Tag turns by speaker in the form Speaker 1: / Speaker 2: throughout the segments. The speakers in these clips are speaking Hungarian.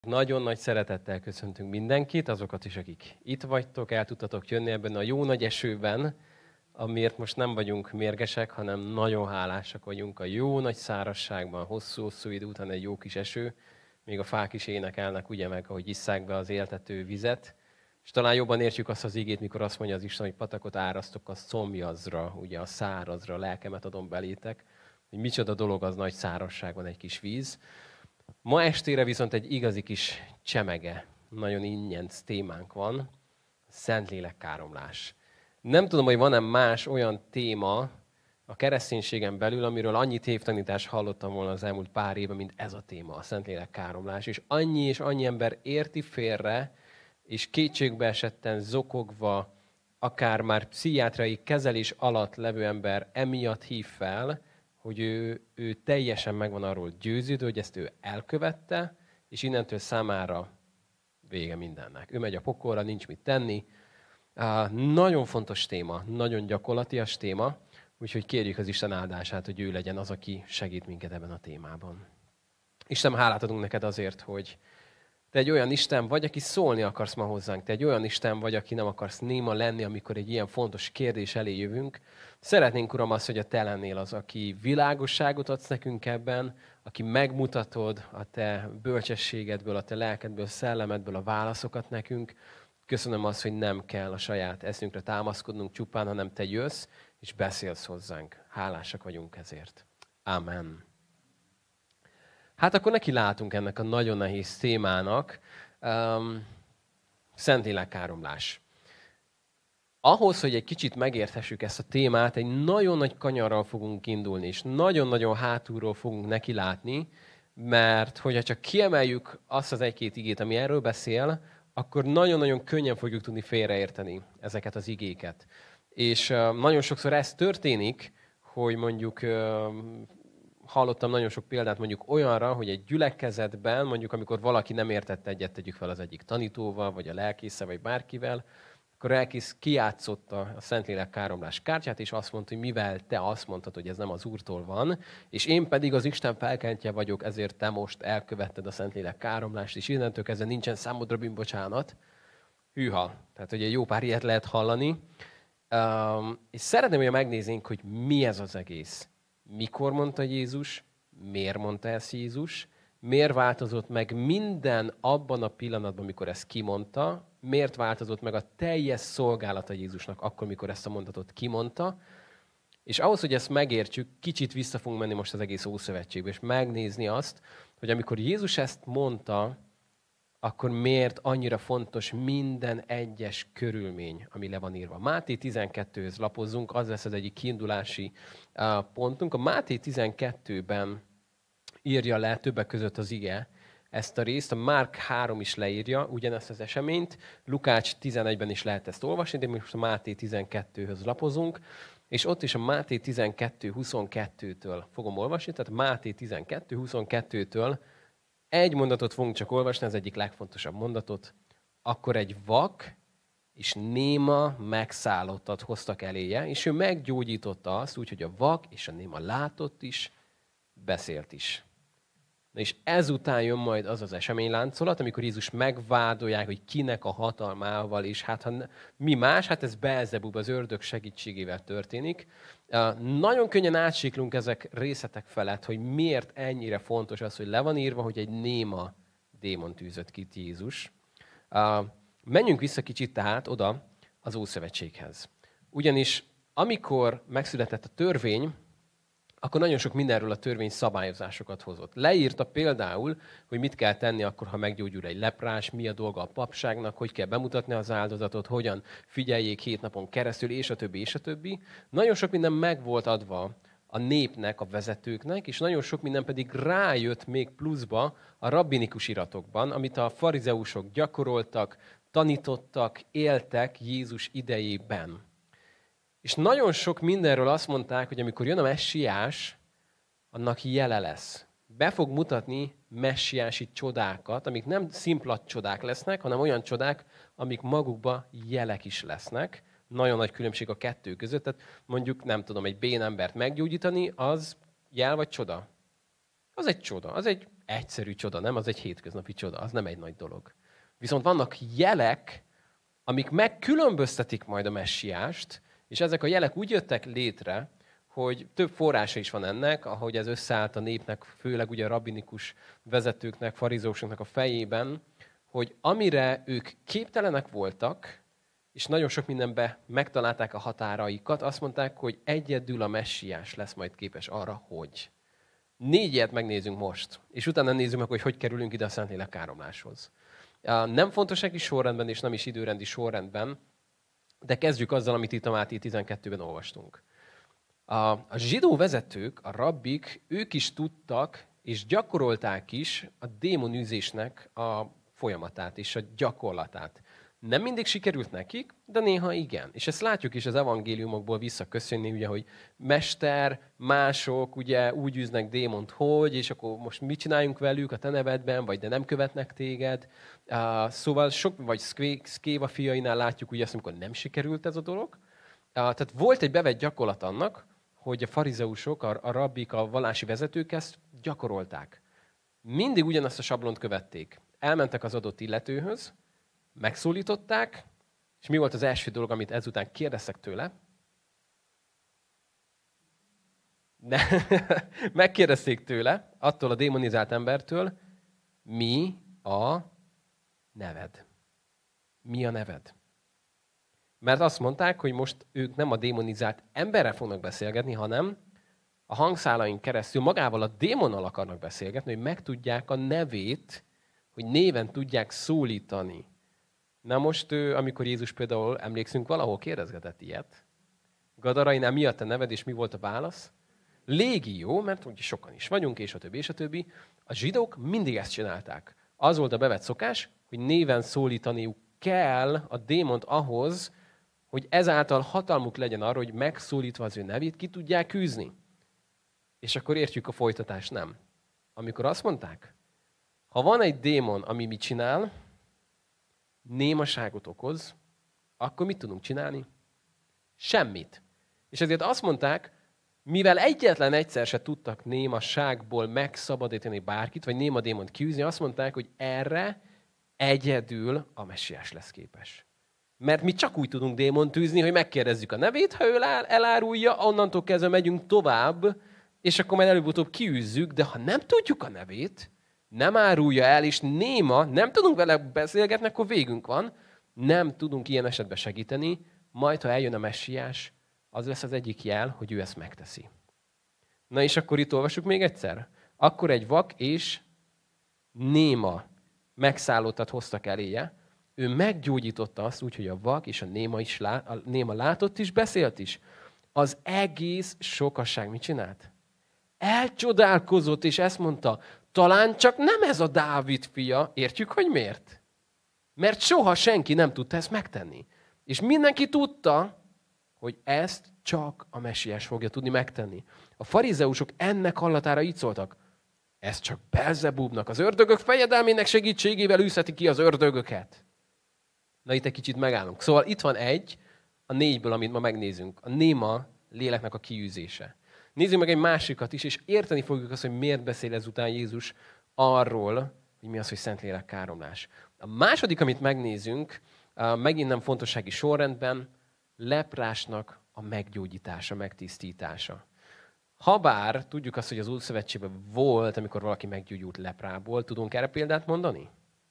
Speaker 1: Nagyon nagy szeretettel köszöntünk mindenkit, azokat is, akik itt vagytok, el tudtatok jönni ebben a jó nagy esőben, amiért most nem vagyunk mérgesek, hanem nagyon hálásak vagyunk a jó nagy szárazságban, hosszú-hosszú idő után egy jó kis eső, még a fák is énekelnek, ugye meg, ahogy isszák be az éltető vizet. És talán jobban értjük azt az igét, mikor azt mondja az Isten, hogy patakot árasztok a szomjazra, ugye a szárazra, lelkemet adom belétek, hogy micsoda dolog az nagy szárazságban egy kis víz. Ma estére viszont egy igazi kis csemege, nagyon ingyenc témánk van, Szentlélek káromlás. Nem tudom, hogy van-e más olyan téma a kereszténységen belül, amiről annyi tévtanítást hallottam volna az elmúlt pár évben, mint ez a téma, a Szentlélek káromlás. És annyi ember érti félre, és kétségbe esetten zokogva, akár már pszichiátriai kezelés alatt levő ember emiatt hív fel, hogy ő teljesen meg van arról győződő, hogy ezt ő elkövette, és innentől számára vége mindennek. Ő megy a pokolra, nincs mit tenni. Nagyon fontos téma, nagyon gyakorlatias téma, úgyhogy kérjük az Isten áldását, hogy ő legyen az, aki segít minket ebben a témában. Isten, hálát adunk neked azért, hogy te egy olyan Isten vagy, aki szólni akarsz ma hozzánk. Te egy olyan Isten vagy, aki nem akarsz néma lenni, amikor egy ilyen fontos kérdés elé jövünk. Szeretnénk, Uram, azt, hogy te lennél az, aki világosságot adsz nekünk ebben, aki megmutatod a te bölcsességedből, a te lelkedből, szellemedből a válaszokat nekünk. Köszönöm azt, hogy nem kell a saját eszünkre támaszkodnunk csupán, hanem te jössz és beszélsz hozzánk. Hálásak vagyunk ezért. Amen. Hát akkor neki látunk ennek a nagyon nehéz témának, Szentlélek káromlás. Ahhoz, hogy egy kicsit megérthessük ezt a témát, egy nagyon nagy kanyarral fogunk indulni, és nagyon-nagyon hátulról fogunk neki látni, mert hogyha csak kiemeljük azt az egy-két igét, ami erről beszél, akkor nagyon-nagyon könnyen fogjuk tudni félreérteni ezeket az igéket. És nagyon sokszor ez történik, hogy mondjuk hallottam nagyon sok példát mondjuk olyanra, hogy egy gyülekezetben, mondjuk amikor valaki nem értette egyet, tegyük fel az egyik tanítóval, vagy a lelkésszel, vagy bárkivel, akkor elkész kijátszotta a Szentlélek káromlás kártyát, és azt mondta, hogy mivel te azt mondtad, hogy ez nem az Úrtól van, és én pedig az Isten felkentje vagyok, ezért te most elkövetted a Szentlélek káromlást, és innentől kezdve nincsen számodra bűnbocsánat. Hűha. Tehát, hogy egy jó pár ilyet lehet hallani. És szeretném, hogy megnézzénk, hogy mi ez az egész. Mikor mondta Jézus, miért mondta ezt Jézus, miért változott meg minden abban a pillanatban, amikor ezt kimondta, miért változott meg a teljes szolgálata Jézusnak akkor, mikor ezt a mondatot kimondta, és ahhoz, hogy ezt megértsük, kicsit vissza fogunk menni most az egész Ószövetségbe, és megnézni azt, hogy amikor Jézus ezt mondta, akkor miért annyira fontos minden egyes körülmény, ami le van írva. Máté 12-höz lapozzunk, az lesz az egyik kiindulási pontunk. A Máté 12-ben írja le többek között az ige ezt a részt, a Márk 3 is leírja ugyanezt az eseményt, Lukács 11-ben is lehet ezt olvasni, de most a Máté 12-höz lapozunk, és ott is a Máté 12-22-től fogom olvasni, tehát Máté 12-22-től egy mondatot fogunk csak olvasni, az egyik legfontosabb mondatot. Akkor egy vak és néma megszállottat hoztak eléje, és ő meggyógyította azt, úgyhogy a vak és a néma látott is, beszélt is. Na és ezután jön majd az az eseményláncolat, amikor Jézus megvádolják, hogy kinek a hatalmával, és hát ha mi más, hát ez Beelzebub, az ördög segítségével történik. Nagyon könnyen átsiklunk ezek részletek felett, hogy miért ennyire fontos az, hogy le van írva, hogy egy néma démon tűzött ki Jézus. Menjünk vissza kicsit tehát oda az Ószövetséghez. Ugyanis amikor megszületett a törvény, akkor nagyon sok mindenről a törvény szabályozásokat hozott. Leírta például, hogy mit kell tenni akkor, ha meggyógyul egy leprás, mi a dolga a papságnak, hogy kell bemutatni az áldozatot, hogyan figyeljék 7 napon keresztül, és a többi, és a többi. Nagyon sok minden meg volt adva a népnek, a vezetőknek, és nagyon sok minden pedig rájött még pluszba a rabbinikus iratokban, amit a farizeusok gyakoroltak, tanítottak, éltek Jézus idejében. És nagyon sok mindenről azt mondták, hogy amikor jön a messiás, annak jele lesz. Be fog mutatni messiási csodákat, amik nem szimpla csodák lesznek, hanem olyan csodák, amik magukban jelek is lesznek. Nagyon nagy különbség a kettő között. Tehát mondjuk, nem tudom, egy bén embert meggyógyítani, az jel vagy csoda? Az egy csoda, az egy egyszerű csoda, nem? Az egy hétköznapi csoda, az nem egy nagy dolog. Viszont vannak jelek, amik megkülönböztetik majd a messiást, és ezek a jelek úgy jöttek létre, hogy több forrása is van ennek, ahogy ez összeállt a népnek, főleg ugye a rabbinikus vezetőknek, farizósoknak a fejében, hogy amire ők képtelenek voltak, és nagyon sok mindenben megtalálták a határaikat, azt mondták, hogy egyedül a messiás lesz majd képes arra, hogy. 4 ilyet megnézünk most, és utána nézzük meg, hogy kerülünk ide a Szentlélek áramláshoz. Nem fontosági sorrendben, és nem is időrendi sorrendben, de kezdjük azzal, amit itt a Máté 12-ben olvastunk. A zsidó vezetők, a rabbik, ők is tudtak, és gyakorolták is a démonűzésnek a folyamatát és a gyakorlatát. Nem mindig sikerült nekik, de néha igen. És ezt látjuk is az evangéliumokból visszaköszönni, ugye, hogy mester, mások ugye úgy űznek démont, hogy, és akkor most mit csináljunk velük a te nevedben, vagy de nem követnek téged. Szóval sok, vagy Szkéva fiainál látjuk ugye azt, amikor nem sikerült ez a dolog. Tehát volt egy bevett gyakorlat annak, hogy a farizeusok, a rabbik, a vallási vezetők ezt gyakorolták. Mindig ugyanazt a sablont követték. Elmentek az adott illetőhöz, megszólították, és mi volt az első dolog, amit ezután kérdeztek tőle? Megkérdezték tőle, attól a démonizált embertől, mi a neved? Mi a neved? Mert azt mondták, hogy most ők nem a démonizált emberrel fognak beszélgetni, hanem a hangszálain keresztül magával a démonnal akarnak beszélgetni, hogy megtudják a nevét, hogy néven tudják szólítani. Na most, amikor Jézus például, emlékszünk, valahol kérdezgetett ilyet, Gadarainál mi a te neved, és mi volt a válasz? Légió, mert ugye sokan is vagyunk, és a többi, és a többi. A zsidók mindig ezt csinálták. Az volt a bevett szokás, hogy néven szólítaniuk kell a démont ahhoz, hogy ezáltal hatalmuk legyen arra, hogy megszólítva az ő nevét ki tudják űzni. És akkor értjük a folytatást, nem? Amikor azt mondták, ha van egy démon, ami mit csinál, némaságot okoz, akkor mit tudunk csinálni? Semmit. És ezért azt mondták, mivel egyetlen egyszer se tudtak némaságból megszabadítani bárkit, vagy néma démont kiűzni, azt mondták, hogy erre egyedül a messiás lesz képes. Mert mi csak úgy tudunk démont űzni, hogy megkérdezzük a nevét, ha ő elárulja, onnantól kezdve megyünk tovább, és akkor majd előbb-utóbb kiűzzük, de ha nem tudjuk a nevét, nem árulja el, és néma, nem tudunk vele beszélgetni, akkor végünk van, nem tudunk ilyen esetben segíteni, majd ha eljön a messiás, az lesz az egyik jel, hogy ő ezt megteszi. Na és akkor itt olvassuk még egyszer. Akkor egy vak és néma megszállottat hoztak eléje. Ő meggyógyította azt úgy, hogy a vak és a néma látott is, beszélt is. Az egész sokasság mit csinált? Elcsodálkozott, és ezt mondta, talán csak nem ez a Dávid fia. Értjük, hogy miért? Mert soha senki nem tudta ezt megtenni. És mindenki tudta, hogy ezt csak a messiás fogja tudni megtenni. A farizeusok ennek hallatára így szóltak, ez csak Belzebúbnak, az ördögök fejedelmének segítségével űzheti ki az ördögöket. Na itt egy kicsit megállunk. Szóval itt van a 4-ből, amit ma megnézünk. A néma léleknek a kiűzése. Nézzük meg egy másikat is, és érteni fogjuk azt, hogy miért beszél ezután Jézus arról, hogy mi az, hogy Szentlélek káromlás. A második, amit megnézünk, megint nem fontossági sorrendben, leprásnak a meggyógyítása, megtisztítása. Habár tudjuk azt, hogy az Ószövetségben volt, amikor valaki meggyógyult leprából, tudunk erre példát mondani?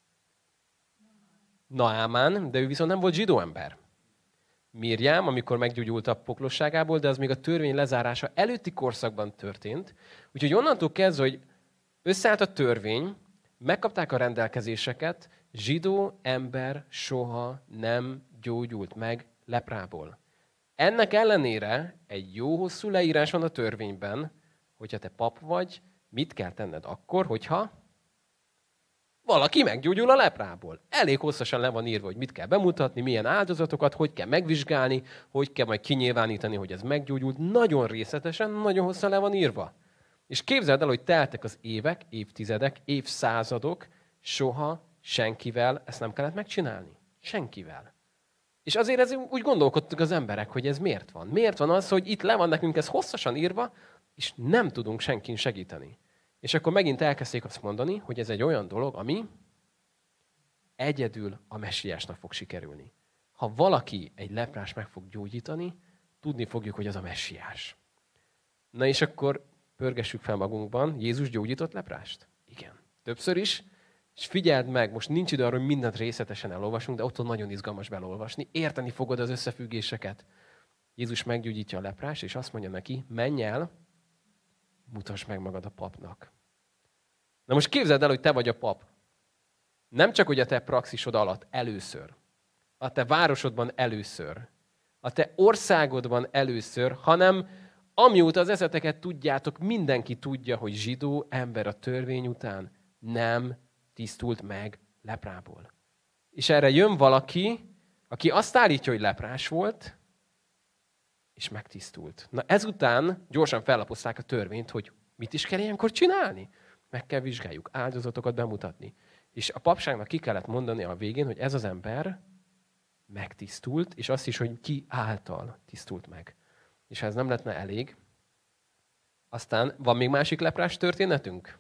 Speaker 1: Naámán, de ő viszont nem volt zsidó ember. Mirjám, amikor meggyógyult a poklosságából, de az még a törvény lezárása előtti korszakban történt. Úgyhogy onnantól kezdve, hogy összeállt a törvény, megkapták a rendelkezéseket, zsidó ember soha nem gyógyult meg leprából. Ennek ellenére egy jó hosszú leírás van a törvényben, hogyha te pap vagy, mit kell tenned akkor, hogyha valaki meggyógyul a leprából. Elég hosszasan le van írva, hogy mit kell bemutatni, milyen áldozatokat, hogy kell megvizsgálni, hogy kell majd kinyilvánítani, hogy ez meggyógyult. Nagyon részletesen, nagyon hosszan le van írva. És képzeld el, hogy teltek az évek, évtizedek, évszázadok, soha senkivel ezt nem kellett megcsinálni. Senkivel. És azért ez úgy gondolkodtak az emberek, hogy ez miért van. Miért van az, hogy itt le van nekünk ez hosszasan írva, és nem tudunk senkin segíteni. És akkor megint elkezdték azt mondani, hogy ez egy olyan dolog, ami egyedül a messiásnak fog sikerülni. Ha valaki egy leprás meg fog gyógyítani, tudni fogjuk, hogy az a messiás. Na és akkor pörgessük fel magunkban, Jézus gyógyított leprást? Igen. Többször is. És figyeld meg, most nincs idő arra, hogy mindent részletesen elolvasunk, de ott nagyon izgalmas belolvasni. Érteni fogod az összefüggéseket. Jézus meggyógyítja a leprást, és azt mondja neki, menj el, mutasd meg magad a papnak. Na most képzeld el, hogy te vagy a pap. Nem csak, hogy a te praxisod alatt először, a te városodban először, a te országodban először, hanem amióta az eszeteket tudjátok, mindenki tudja, hogy zsidó ember a törvény után nem tisztult meg leprából. És erre jön valaki, aki azt állítja, hogy leprás volt, és megtisztult. Na ezután gyorsan fellapozták a törvényt, hogy mit is kell ilyenkor csinálni? Meg kell vizsgáljuk, áldozatokat bemutatni. És a papságnak ki kellett mondani a végén, hogy ez az ember megtisztult, és azt is, hogy ki által tisztult meg. És ha ez nem lehetne elég, aztán van még másik leprás történetünk?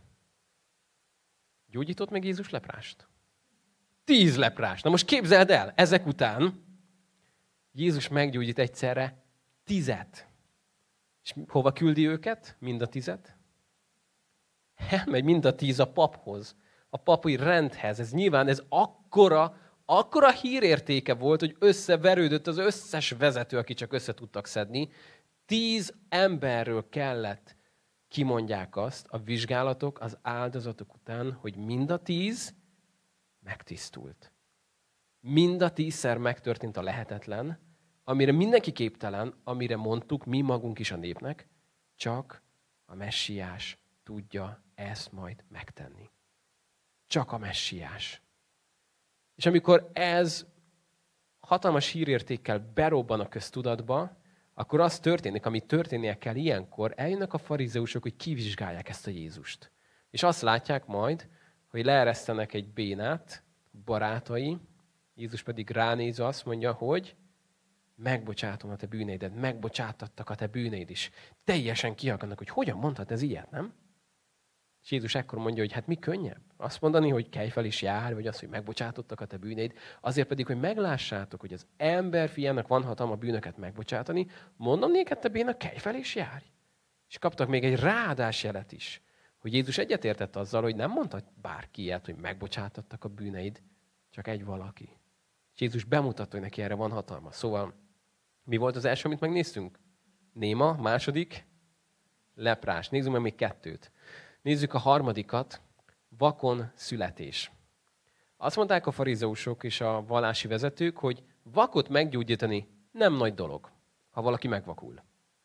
Speaker 1: Gyógyított meg Jézus leprást? 10 leprás. Na most képzeld el, ezek után Jézus meggyógyít egyszerre 10. És hova küldi őket? Mind a 10? Elmegy mind a 10 a paphoz, a papi rendhez. Ez nyilván ez akkora hírértéke volt, hogy összeverődött az összes vezető, aki csak össze tudtak szedni. 10 emberről kellett kimondják azt a vizsgálatok, az áldozatok után, hogy mind a 10 megtisztult. Mind a 10-szer megtörtént a lehetetlen, amire mindenki képtelen, amire mondtuk mi magunk is a népnek, csak a messiás tudja ezt majd megtenni. Csak a messiás. És amikor ez hatalmas hírértékkel berobban a köztudatba, akkor az történik, ami történnie kell ilyenkor, eljönnek a farizeusok, hogy kivizsgálják ezt a Jézust. És azt látják majd, hogy leeresztenek egy bénát, barátai, Jézus pedig ránézve azt mondja, hogy megbocsátom a te bűneidet, megbocsátattak a te bűneid is. Teljesen kiakadnak, hogy hogyan mondhat ez ilyet, nem? És Jézus ekkor mondja, hogy hát mi könnyebb? Azt mondani, hogy kelj fel is jár, vagy az, hogy megbocsátottak a te bűneid, azért pedig, hogy meglássátok, hogy az ember fiának van hatalma bűnöket megbocsátani, mondom néked, te béna, kelj fel és járj. És kaptak még egy ráadás jelet is, hogy Jézus egyetértett azzal, hogy nem mondta bárki ilyet, hogy megbocsátattak a bűneid, csak egy valaki. És Jézus bemutatta, hogy neki erre van hatalma. Szóval mi volt az első, amit megnéztünk? Néma, második, leprás. Nézzük meg még 2. Nézzük a harmadikat, vakon születés. Azt mondták a farizeusok és a vallási vezetők, hogy vakot meggyógyítani nem nagy dolog, ha valaki megvakul.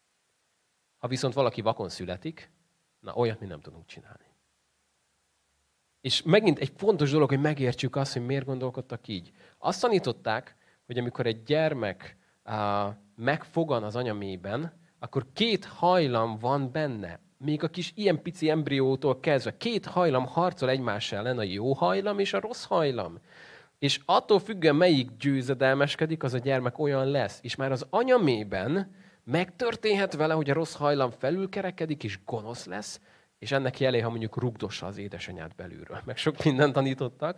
Speaker 1: Ha viszont valaki vakon születik, na olyat mi nem tudunk csinálni. És megint egy fontos dolog, hogy megértsük azt, hogy miért gondolkodtak így. Azt tanították, hogy amikor egy gyermek megfogan az anya mélyben, akkor 2 hajlam van benne. Még a kis ilyen pici embriótól kezdve 2 hajlam harcol egymás ellen, a jó hajlam és a rossz hajlam. És attól függően melyik győzedelmeskedik, az a gyermek olyan lesz. És már az anya mélyben megtörténhet vele, hogy a rossz hajlam felülkerekedik és gonosz lesz, és ennek jelé, ha mondjuk rugdossa az édesanyját belülről. Meg sok mindent tanítottak.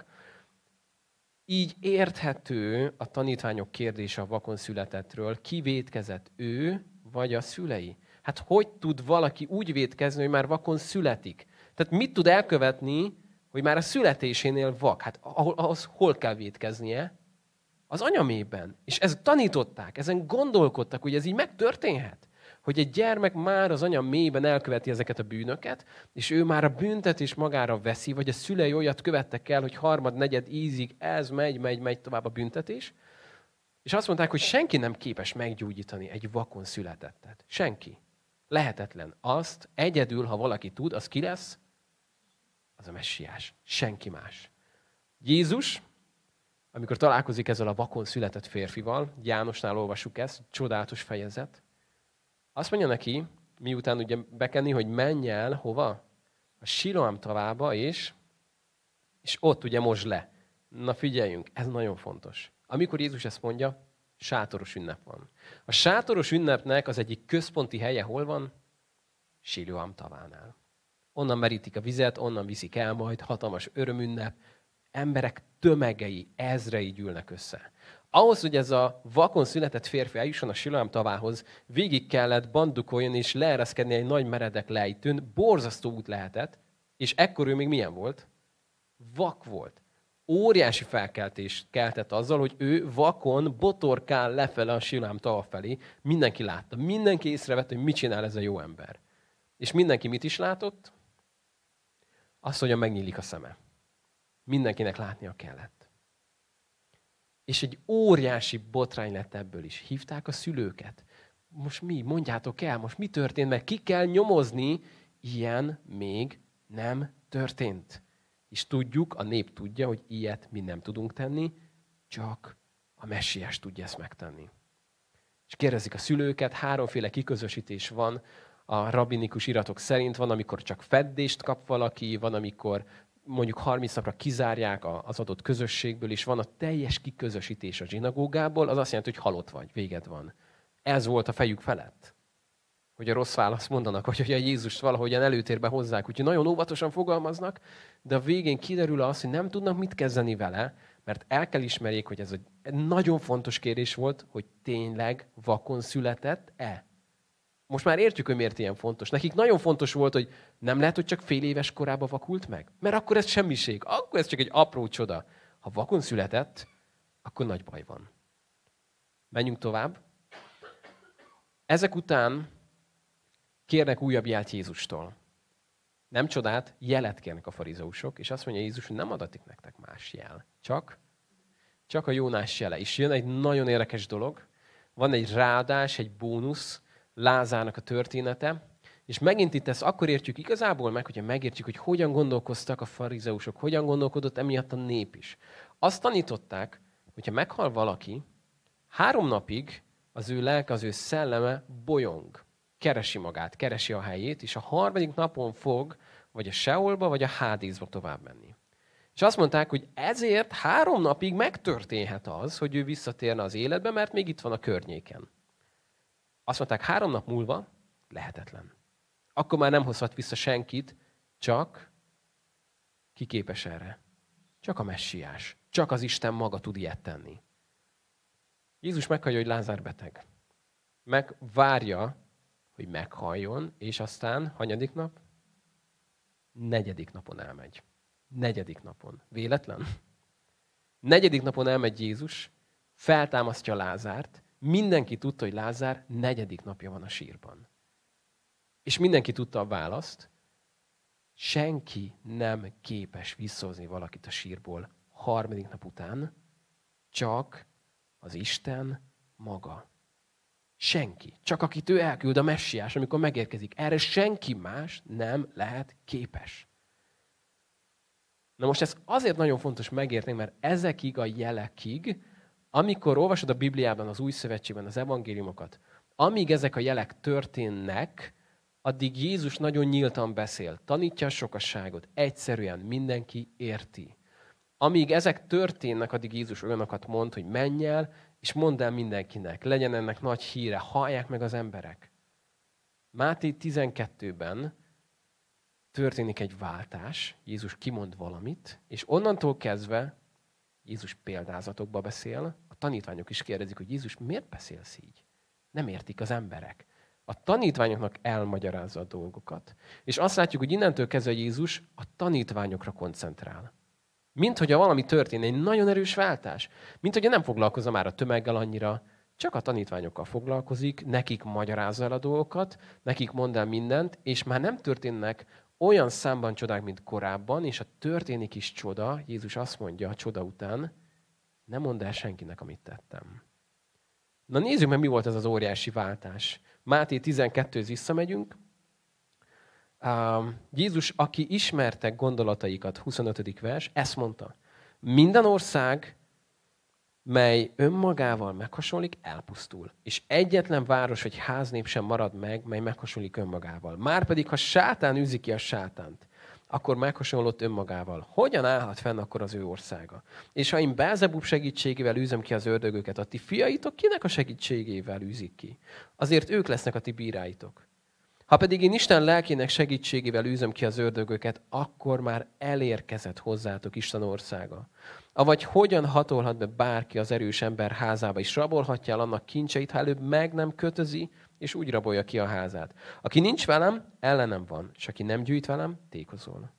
Speaker 1: Így érthető a tanítványok kérdése a vakon születettről. Ki vétkezett, ő vagy a szülei? Hát hogy tud valaki úgy vétkezni, hogy már vakon születik? Tehát mit tud elkövetni, hogy már a születésénél vak? Hát ahhoz hol kell vétkeznie? Az anyamében. És ezt tanították, ezen gondolkodtak, hogy ez így megtörténhet. Hogy egy gyermek már az anya mélyben elköveti ezeket a bűnöket, és ő már a büntetés magára veszi, vagy a szülei olyat követtek el, hogy harmad-negyed ízig ez megy tovább a büntetés. És azt mondták, hogy senki nem képes meggyógyítani egy vakon születettet. Senki. Lehetetlen. Azt egyedül, ha valaki tud, az ki lesz? Az a messiás. Senki más. Jézus, amikor találkozik ezzel a vakon született férfival, Jánosnál olvassuk ezt, csodálatos fejezet, azt mondja neki, miután ugye bekenni, hogy menj el hova? A Siloám tavába, és ott ugye mosd le. Na figyeljünk, ez nagyon fontos. Amikor Jézus ezt mondja, sátoros ünnep van. A sátoros ünnepnek az egyik központi helye hol van? Siloám tavánál. onnan merítik a vizet, onnan viszik el majd, hatalmas örömünnep. Emberek tömegei, ezrei gyűlnek össze. Ahhoz, hogy ez a vakon született férfi eljusson a Siloám tavához, végig kellett bandukoljon és leereszkedni egy nagy meredek lejtőn, borzasztó út lehetett, és ekkor ő még milyen volt? Vak volt. Óriási felkeltést keltett azzal, hogy ő vakon botorkál lefele a Siloám tava felé. Mindenki látta, mindenki észrevett, hogy mit csinál ez a jó ember. És mindenki mit is látott? Azt, hogy megnyílik a szeme. Mindenkinek látnia kellett. És egy óriási botrány lett ebből is. Hívták a szülőket. Most mi? Mondjátok el, most mi történt? Mert ki kell nyomozni, ilyen még nem történt. És tudjuk, a nép tudja, hogy ilyet mi nem tudunk tenni, csak a messiás tudja ezt megtenni. És kérdezik a szülőket, háromféle kiközösítés van a rabbinikus iratok szerint. Van, amikor csak feddést kap valaki, van, amikor mondjuk 30 napra kizárják az adott közösségből, és van a teljes kiközösítés a zsinagógából, az azt jelenti, hogy halott vagy, véged van. Ez volt a fejük felett, hogy a rossz választ mondanak, vagy hogy a Jézust valahogyan előtérbe hozzák. Úgyhogy nagyon óvatosan fogalmaznak, de a végén kiderül az, hogy nem tudnak mit kezdeni vele, mert el kell ismerjék, hogy ez egy nagyon fontos kérdés volt, hogy tényleg vakon született-e? Most már értjük, hogy miért ilyen fontos. Nekik nagyon fontos volt, hogy nem lehet, hogy csak fél éves korában vakult meg. Mert akkor ez semmiség, akkor ez csak egy apró csoda. Ha vakon született, akkor nagy baj van. Menjünk tovább. Ezek után kérnek újabb jelt Jézustól. Nem csodát, jelet kérnek a farizeusok, és azt mondja Jézus, hogy nem adatik nektek más jel. Csak a Jónás jele. És jön egy nagyon érdekes dolog. Van egy ráadás, egy bónusz, Lázárnak a története, és megint itt ezt akkor értjük igazából meg, hogyha megértjük, hogy hogyan gondolkoztak a farizeusok, hogyan gondolkodott emiatt a nép is. Azt tanították, hogyha meghal valaki, 3 napig az ő lelke, az ő szelleme bolyong, keresi magát, keresi a helyét, és a 3. napon fog vagy a Seolba, vagy a Hádészba tovább menni. És azt mondták, hogy ezért 3 napig megtörténhet az, hogy ő visszatérne az életbe, mert még itt van a környéken. Azt mondták, 3 nap múlva lehetetlen. Akkor már nem hozhat vissza senkit, csak ki képes erre? Csak a messiás. Csak az Isten maga tud ilyet tenni. Jézus meghallja, hogy Lázár beteg. Megvárja, hogy meghalljon, és aztán hanyadik nap? 4. napon elmegy. 4. napon. Véletlen? 4. napon elmegy Jézus, feltámasztja Lázárt, mindenki tudta, hogy Lázár 4. napja van a sírban. És mindenki tudta a választ, senki nem képes visszahozni valakit a sírból 3. nap után, csak az Isten maga. Senki. Csak akit ő elküld, a messiás, amikor megérkezik. Erre senki más nem lehet képes. Na most ez azért nagyon fontos megérteni, mert ezekig a jelekig, amikor olvasod a Bibliában, az Új Szövetségben az evangéliumokat, amíg ezek a jelek történnek, addig Jézus nagyon nyíltan beszél, tanítja a sokasságot, egyszerűen mindenki érti. Amíg ezek történnek, addig Jézus olyanokat mond, hogy menj el, és mondd el mindenkinek, legyen ennek nagy híre, hallják meg az emberek. Máté 12-ben történik egy váltás, Jézus kimond valamit, és onnantól kezdve Jézus példázatokba beszél, a tanítványok is kérdezik, hogy Jézus, miért beszélsz így? Nem értik az emberek. A tanítványoknak elmagyarázza a dolgokat. És azt látjuk, hogy innentől kezdve Jézus a tanítványokra koncentrál. Mint hogyha valami történne, egy nagyon erős váltás. Mint hogyha nem foglalkozza már a tömeggel annyira, csak a tanítványokkal foglalkozik, nekik magyarázza el a dolgokat, nekik mond el mindent, és már nem történnek olyan számban csodák, mint korábban, és ha történik is csoda, Jézus azt mondja a csoda után, nem mondd el senkinek, amit tettem. Na nézzük meg, mi volt ez az óriási váltás. Máté 12-höz visszamegyünk. Jézus, aki ismerte gondolataikat, 25. vers, ezt mondta. Minden ország, mely önmagával meghasonlik, elpusztul. És egyetlen város vagy háznép sem marad meg, mely meghasonlik önmagával. Márpedig, ha sátán űzi ki a sátánt, akkor meghasonlott önmagával. Hogyan állhat fenn akkor az ő országa? És ha én Belzebub segítségével űzöm ki az ördögöket, a ti fiaitok kinek a segítségével űzik ki? Azért ők lesznek a ti bíráitok. Ha pedig én Isten lelkének segítségével űzöm ki az ördögöket, akkor már elérkezett hozzátok Isten országa. Avagy hogyan hatolhat be bárki az erős ember házába, és rabolhatja el annak kincseit, ha előbb meg nem kötözi, és úgy rabolja ki a házát. Aki nincs velem, ellenem van, és aki nem gyűjt velem, tékozol.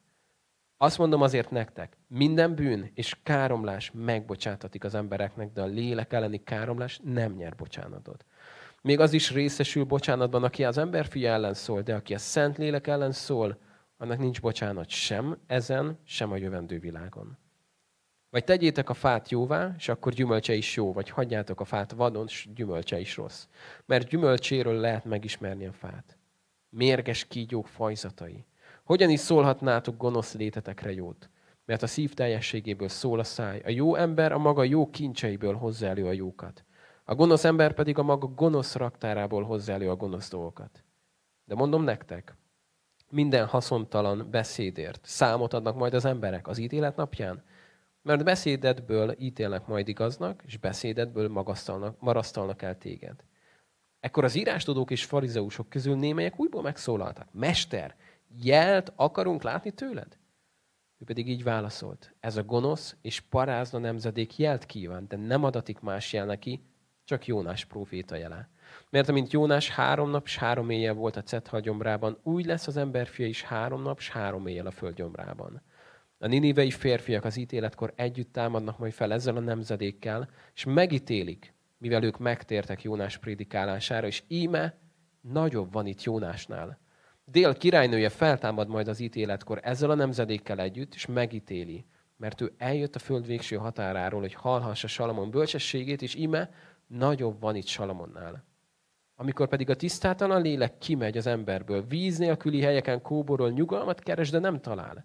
Speaker 1: Azt mondom azért nektek, minden bűn és káromlás megbocsátatik az embereknek, de a lélek elleni káromlás nem nyer bocsánatot. Még az is részesül bocsánatban, aki az emberfia ellen szól, de aki a szent lélek ellen szól, annak nincs bocsánat sem ezen, sem a jövendő világon. Vagy tegyétek a fát jóvá, és akkor gyümölcse is jó, vagy hagyjátok a fát vadon, és gyümölcse is rossz. Mert gyümölcséről lehet megismerni a fát. Mérges kígyók fajzatai. Hogyan is szólhatnátok gonosz létetekre jót? Mert a szív teljességéből szól a száj. A jó ember a maga jó kincseiből hozza elő a jókat. A gonosz ember pedig a maga gonosz raktárából hozza elő a gonosz dolgokat. De mondom nektek, minden haszontalan beszédért számot adnak majd az emberek az ítélet napján, mert beszédedből ítélnek majd igaznak, és beszédedből marasztalnak el téged. Ekkor az írástudók és farizeusok közül némelyek újból megszólaltak. Mester, jelt akarunk látni tőled? Ő pedig így válaszolt. Ez a gonosz és parázna nemzedék jelt kíván, de nem adatik más jel neki, csak Jónás próféta jele. Mert amint Jónás 3 nap és 3 éjjel volt a Cethal gyomrában, úgy lesz az emberfia is 3 nap és 3 éjjel a föld gyomrában. A ninivei férfiak az ítéletkor együtt támadnak majd fel ezzel a nemzedékkel, és megítélik, mivel ők megtértek Jónás prédikálására, és íme nagyobb van itt Jónásnál. Dél királynője feltámad majd az ítéletkor ezzel a nemzedékkel együtt, és megítéli, mert ő eljött a föld végső határáról, hogy hallhassa Salamon bölcsességét, és íme nagyobb van itt Salamonnál. Amikor pedig a tisztátalan lélek kimegy az emberből, víz nélküli helyeken kóborol, nyugalmat keres, de nem talál,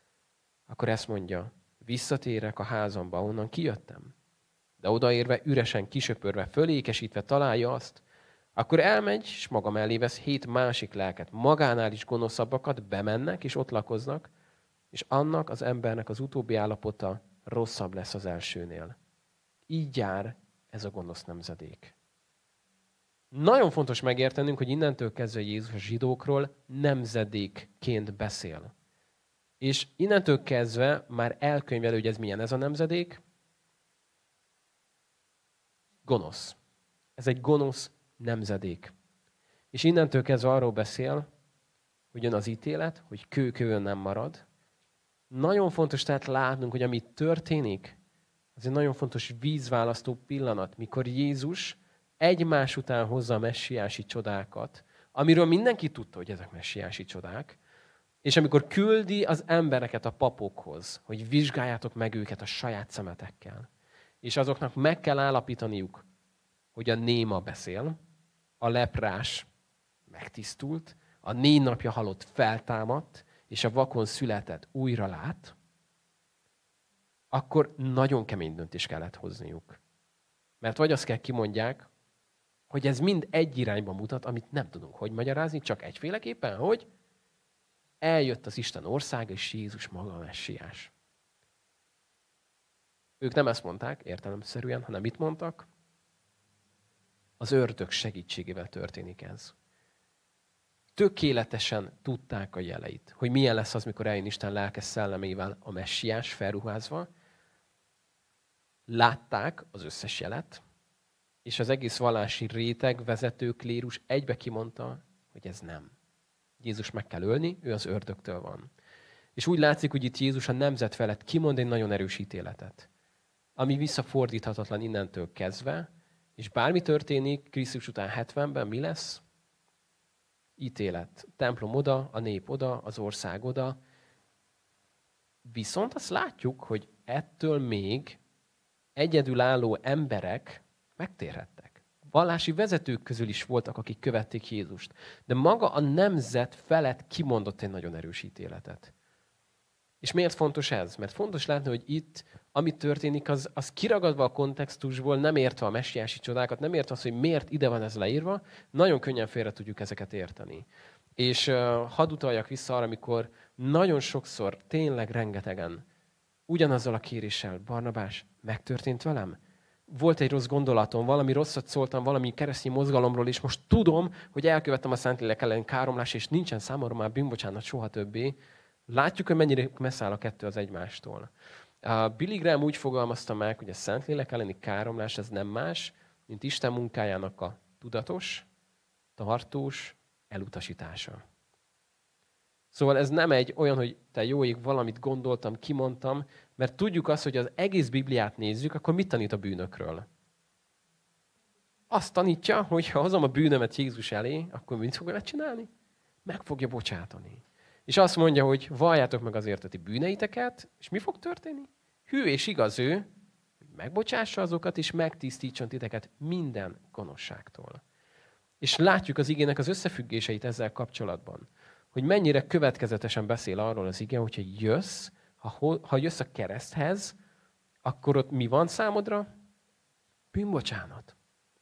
Speaker 1: akkor ezt mondja, visszatérek a házamba, ahonnan kijöttem. De odaérve, üresen kisöpörve, fölékesítve találja azt, akkor elmegy, és maga mellé vesz 7 másik lelket, magánál is gonoszabbakat, bemennek, és ott lakoznak, és annak az embernek az utóbbi állapota rosszabb lesz az elsőnél. Így jár ez a gonosz nemzedék. Nagyon fontos megértenünk, hogy innentől kezdve Jézus a zsidókról nemzedékként beszél. És innentől kezdve már elkönyvelő, hogy ez milyen ez a nemzedék. Gonosz. Ez egy gonosz nemzedék. És innentől kezdve arról beszél, hogy jön az ítélet, hogy kőkövön nem marad. Nagyon fontos tehát látnunk, hogy ami történik, az egy nagyon fontos vízválasztó pillanat, mikor Jézus egymás után hozza a messiási csodákat, amiről mindenki tudta, hogy ezek messiási csodák, és amikor küldi az embereket a papokhoz, hogy vizsgáljátok meg őket a saját szemetekkel, és azoknak meg kell állapítaniuk, hogy a néma beszél, a leprás megtisztult, a 4 napja halott feltámadt, és a vakon született újra lát, akkor nagyon kemény döntést kellett hozniuk. Mert vagy azt kell kimondják, hogy ez mind egy irányba mutat, amit nem tudunk hogy magyarázni, csak egyféleképpen, hogy eljött az Isten országa, és Jézus maga a messiás. Ők nem ezt mondták értelemszerűen, hanem mit mondtak? Az ördög segítségével történik ez. Tökéletesen tudták a jeleit, hogy milyen lesz az, mikor eljön Isten lelkes szellemével a messiás felruházva. Látták az összes jelet, és az egész vallási réteg, vezető, klérus egybe kimondta, hogy ez nem. Jézus meg kell ölni, ő az ördögtől van. És úgy látszik, hogy itt Jézus a nemzet felett kimond egy nagyon erős ítéletet, ami visszafordíthatatlan innentől kezdve, és bármi történik Krisztus után 70-ben, mi lesz? Ítélet. Templom oda, a nép oda, az ország oda. Viszont azt látjuk, hogy ettől még egyedülálló emberek megtérhettek. Vallási vezetők közül is voltak, akik követték Jézust. De maga a nemzet felett kimondott egy nagyon erős ítéletet. És miért fontos ez? Mert fontos látni, hogy itt, ami történik, az kiragadva a kontextusból, nem értve a messiási csodákat, nem értve az, hogy miért ide van ez leírva, nagyon könnyen félre tudjuk ezeket érteni. És hadd utaljak vissza arra, amikor nagyon sokszor, tényleg rengetegen, ugyanazzal a kéréssel, Barnabás, megtörtént velem? volt egy rossz gondolatom, valami rosszat szóltam valami keresztény mozgalomról, és most tudom, hogy elkövettem a Szentlélek elleni káromlást, és nincsen számomra már bűnbocsánat soha többé. Látjuk, hogy mennyire messze áll a kettő az egymástól. Billy Graham úgy fogalmazta meg, hogy a Szentlélek elleni káromlás ez nem más, mint Isten munkájának a tudatos, tartós elutasítása. Szóval ez nem egy olyan, hogy te jó ég, valamit gondoltam, kimondtam, mert tudjuk azt, hogy az egész Bibliát nézzük, akkor mit tanít a bűnökről? Azt tanítja, hogy ha hozom a bűnömet Jézus elé, akkor mit fog vele csinálni? Meg fogja bocsátani. És azt mondja, hogy valljátok meg azért a ti bűneiteket, és mi fog történni? Hű és igaz ő, hogy megbocsássa azokat, és megtisztítson titeket minden gonoszságtól. És látjuk az igének az összefüggéseit ezzel kapcsolatban, hogy mennyire következetesen beszél arról az ige, hogyha jössz, ha jössz a kereszthez, akkor ott mi van számodra? Bűnbocsánat.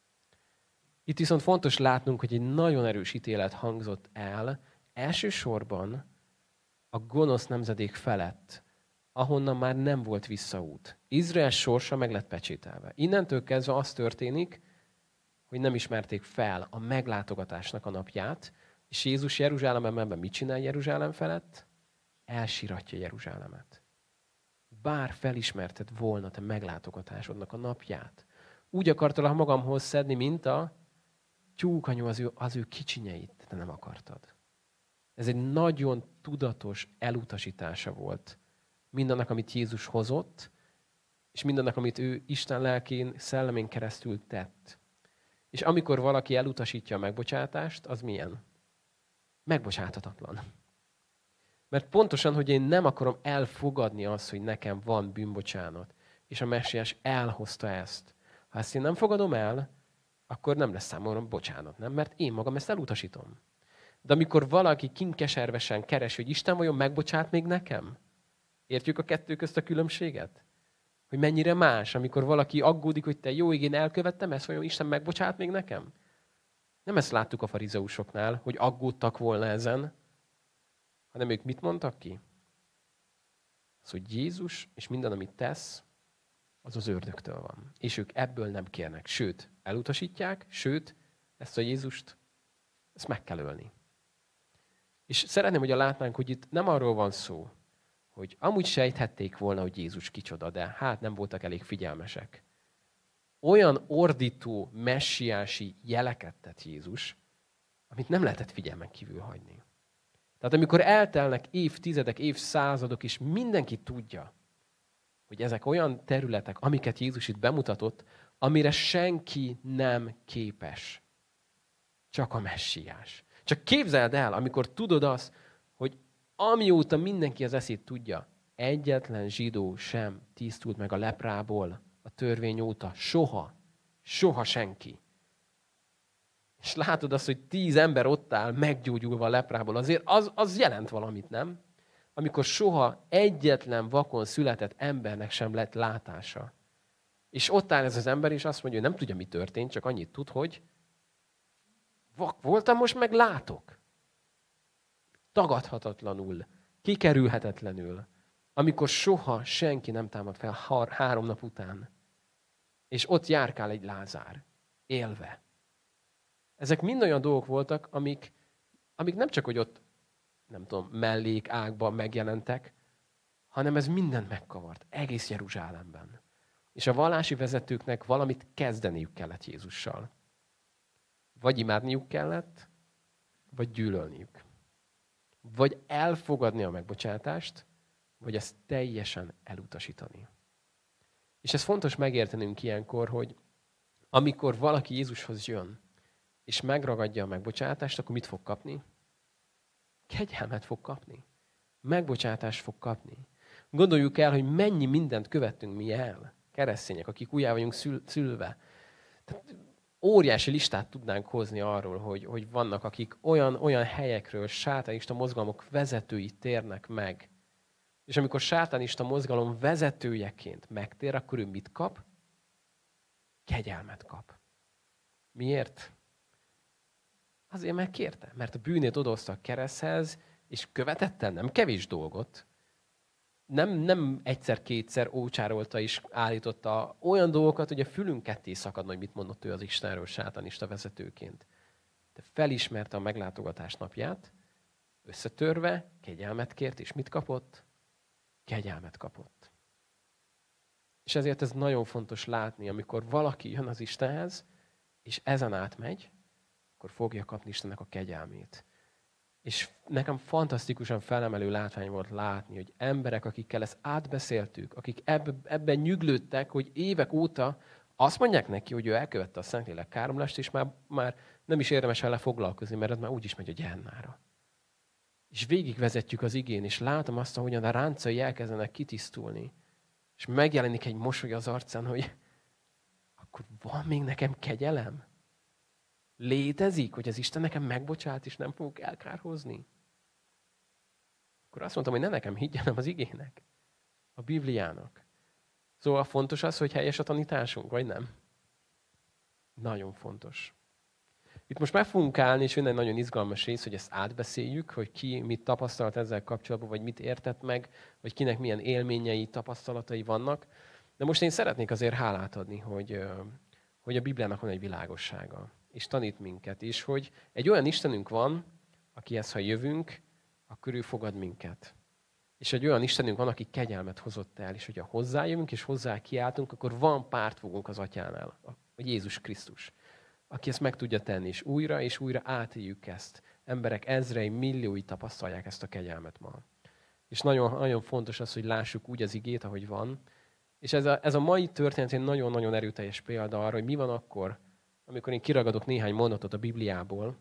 Speaker 1: Itt viszont fontos látnunk, hogy egy nagyon erős ítélet hangzott el, elsősorban a gonosz nemzedék felett, ahonnan már nem volt visszaút. Izrael sorsa meg lett pecsételve. Innentől kezdve az történik, hogy nem ismerték fel a meglátogatásnak a napját, és Jézus Jeruzsálemben mit csinál Jeruzsálem felett? Elsiratja Jeruzsálemet. Bár felismerted volna te meglátogatásodnak a napját. Úgy akartalak magamhoz szedni, mint a tyúkanyu az ő kicsinyeit, de nem akartad. Ez egy nagyon tudatos elutasítása volt mindannak, amit Jézus hozott, és mindannak, amit ő Isten lelkén, szellemén keresztül tett. És amikor valaki elutasítja a megbocsátást, az milyen? Megbocsáthatatlan. Mert pontosan, hogy én nem akarom elfogadni azt, hogy nekem van bűnbocsánat, és a Messiás elhozta ezt. Ha ezt én nem fogadom el, akkor nem lesz számomra bocsánat, nem? Mert én magam ezt elutasítom. De amikor valaki kinkeservesen keres, hogy Isten vajon megbocsát még nekem? Értjük a kettő közt a különbséget? Hogy mennyire más, amikor valaki aggódik, hogy te jó ég, én elkövettem ezt, vajon Isten megbocsát még nekem? Nem ezt láttuk a farizeusoknál, hogy aggódtak volna ezen, hanem ők mit mondtak ki? Az, hogy Jézus és minden, amit tesz, az az ördögtől van. És ők ebből nem kérnek. Sőt, elutasítják, sőt, ezt a Jézust, ezt meg kell ölni. És szeretném, hogy látnánk, hogy itt nem arról van szó, hogy amúgy sejthették volna, hogy Jézus kicsoda, de hát nem voltak elég figyelmesek. Olyan ordító, messiási jeleket tett Jézus, amit nem lehetett figyelmen kívül hagyni. Tehát amikor eltelnek évtizedek, évszázadok, és mindenki tudja, hogy ezek olyan területek, amiket Jézus itt bemutatott, amire senki nem képes. Csak a messiás. Csak képzeld el, amikor tudod azt, hogy amióta mindenki az eszét tudja, egyetlen zsidó sem tisztult meg a leprából a törvény óta. Soha. Soha senki. És látod azt, hogy 10 ember ott áll meggyógyulva a leprából. Azért az jelent valamit, nem? Amikor soha egyetlen vakon született embernek sem lett látása. És ott áll ez az ember, és azt mondja, hogy nem tudja, mi történt, csak annyit tud, hogy vak voltam, most meg látok. Tagadhatatlanul, kikerülhetetlenül, amikor soha senki nem támad fel 3 nap után. És ott járkál egy Lázár, élve. Ezek mind olyan dolgok voltak, amik nem csak, hogy ott, nem tudom, mellék, ágban megjelentek, hanem ez mindent megkavart, egész Jeruzsálemben. És a vallási vezetőknek valamit kezdeniük kellett Jézussal. Vagy imádniuk kellett, vagy gyűlölniük. Vagy elfogadni a megbocsátást, vagy ezt teljesen elutasítani. És ez fontos megértenünk ilyenkor, hogy amikor valaki Jézushoz jön, és megragadja a megbocsátást, akkor mit fog kapni? Kegyelmet fog kapni. Megbocsátást fog kapni. Gondoljuk el, hogy mennyi mindent követtünk mi el, keresztények, akik újjá vagyunk szülve. Tehát óriási listát tudnánk hozni arról, hogy vannak, akik olyan helyekről sátánista mozgalmak vezetői térnek meg. És amikor sátánista mozgalom vezetőjeként megtér, akkor ő mit kap? Kegyelmet kap. Miért? Azért megkérte, mert a bűnét odahozta a kereszthez, és követett el nem kevés dolgot. nem egyszer-kétszer ócsárolta és állította olyan dolgokat, hogy a fülünk ketté szakadna, hogy mit mondott ő az Istenről sátanista vezetőként. De felismerte a meglátogatás napját, összetörve, kegyelmet kért, és mit kapott? Kegyelmet kapott. És ezért ez nagyon fontos látni, amikor valaki jön az Istenhez, és ezen átmegy, akkor fogja kapni Istennek a kegyelmét. És nekem fantasztikusan felemelő látvány volt látni, hogy emberek, akikkel ezt átbeszéltük, akik ebben nyüglődtek, hogy évek óta azt mondják neki, hogy ő elkövette a Szentlélek káromlást, és már nem is érdemes vele foglalkozni, mert ez már úgyis megy a gyernára. És végigvezetjük az igén, és látom azt, ahogyan a ráncai elkezdenek kitisztulni. És megjelenik egy mosoly az arcán, hogy akkor van még nekem kegyelem? Létezik, hogy az Isten nekem megbocsát, és nem fogok elkárhozni? Akkor azt mondtam, hogy ne nekem higgyen, hanem az igének, a Bibliának. Szóval fontos az, hogy helyes a tanításunk, vagy nem? Nagyon fontos. Itt most meg fogunk állni, és jön egy nagyon izgalmas rész, hogy ezt átbeszéljük, hogy ki mit tapasztalt ezzel kapcsolatban, vagy mit értett meg, vagy kinek milyen élményei, tapasztalatai vannak. De most én szeretnék azért hálát adni, hogy a Bibliának van egy világossága, és tanít minket is, hogy egy olyan Istenünk van, akihez ha jövünk, akkor ő fogad minket. És egy olyan Istenünk van, aki kegyelmet hozott el, és hogyha hozzájövünk, és hozzá kiáltunk, akkor van pártfogunk az Atyánál, a Jézus Krisztus, aki ezt meg tudja tenni, és újra átéljük ezt. Emberek ezrei, milliói tapasztalják ezt a kegyelmet ma. És nagyon, nagyon fontos az, hogy lássuk úgy az igét, ahogy van. És ez a mai történet egy nagyon-nagyon erőteljes példa arra, hogy mi van akkor, amikor én kiragadok néhány mondatot a Bibliából,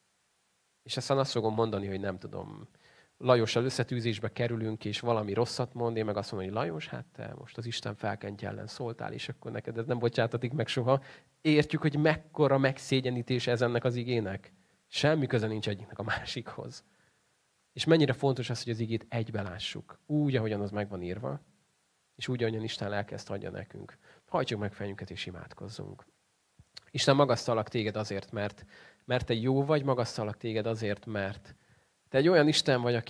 Speaker 1: és aztán azt fogom mondani, hogy nem tudom, Lajossal összetűzésbe kerülünk, és valami rosszat mond, én meg azt mondom, hogy Lajos, hát te most az Isten felkentje ellen szóltál, és akkor neked ez nem bocsátatik meg soha. Értjük, hogy mekkora megszégyenítés ez ennek az igének. Semmi köze nincs egyiknek a másikhoz. És mennyire fontos az, hogy az igét egybe lássuk. Úgy, ahogyan az meg van írva, és úgy, ahogyan Isten lelke ezt adja nekünk. Hajtsuk meg fejünket, és imádkozzunk. Isten, magasztalak téged azért, mert te jó vagy, magasztalak téged azért, mert te egy olyan Isten vagy,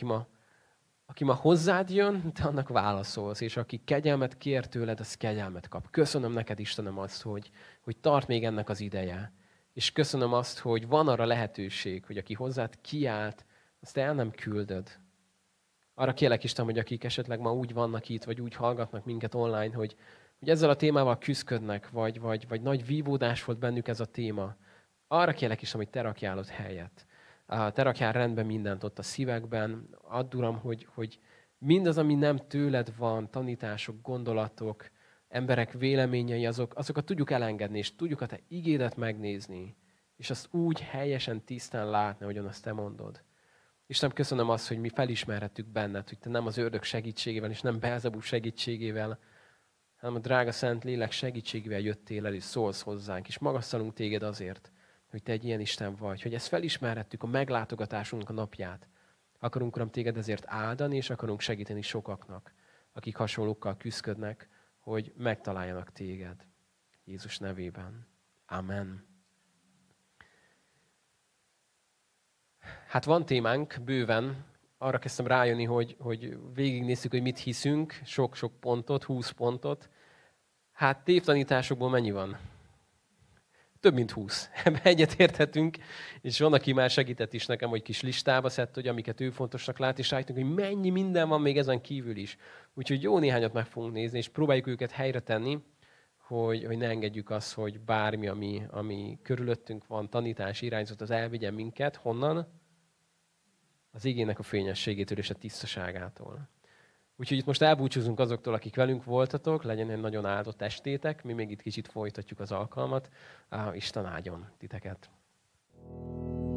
Speaker 1: aki ma hozzád jön, te annak válaszolsz, és aki kegyelmet kér tőled, az kegyelmet kap. Köszönöm neked, Istenem, azt, hogy tart még ennek az ideje. És köszönöm azt, hogy van arra lehetőség, hogy aki hozzád kiált, azt el nem küldöd. Arra kérlek, Isten, hogy akik esetleg ma úgy vannak itt, vagy úgy hallgatnak minket online, hogy ezzel a témával küzdködnek, vagy nagy vívódás volt bennük ez a téma. Arra kérlek, Isten, hogy te rakjál ott helyet. Te rakjál rendbe mindent ott a szívekben. Add, Uram, hogy mindaz, ami nem tőled van, tanítások, gondolatok, emberek véleményei, azokat tudjuk elengedni, és tudjuk a te igédet megnézni, és azt úgy helyesen, tisztán látni, ahogyan azt te mondod. Istenem, köszönöm azt, hogy mi felismerhettük benned, hogy te nem az ördög segítségével, és nem Beelzebub segítségével, hanem a drága Szent Lélek segítségével jöttél el, és szólsz hozzánk, és magasztalunk téged azért, hogy te egy ilyen Isten vagy, hogy ezt felismerhettük a meglátogatásunknak a napját. Akarunk, Uram, téged ezért áldani, és akarunk segíteni sokaknak, akik hasonlókkal küzdködnek, hogy megtaláljanak téged. Jézus nevében. Amen. Hát van témánk bőven, arra kezdtem rájönni, hogy végignézzük, hogy mit hiszünk, sok-sok pontot, 20 pontot. Hát tévtanításokból mennyi van? Több mint 20. Ebben egyetérthetünk, és van, aki már segített is nekem, hogy kis listába szedte, hogy amiket ő fontosnak lát, és rájöttünk, hogy mennyi minden van még ezen kívül is. Úgyhogy jó néhányat meg fogunk nézni, és próbáljuk őket helyre tenni, hogy ne engedjük azt, hogy bármi, ami körülöttünk van, tanítás, irányzat, az elvigyen minket. Honnan? Az igének a fényességétől és a tisztaságától. Úgyhogy itt most elbúcsúzunk azoktól, akik velünk voltatok, legyen egy nagyon áldott estétek, mi még itt kicsit folytatjuk az alkalmat. Isten áldjon titeket!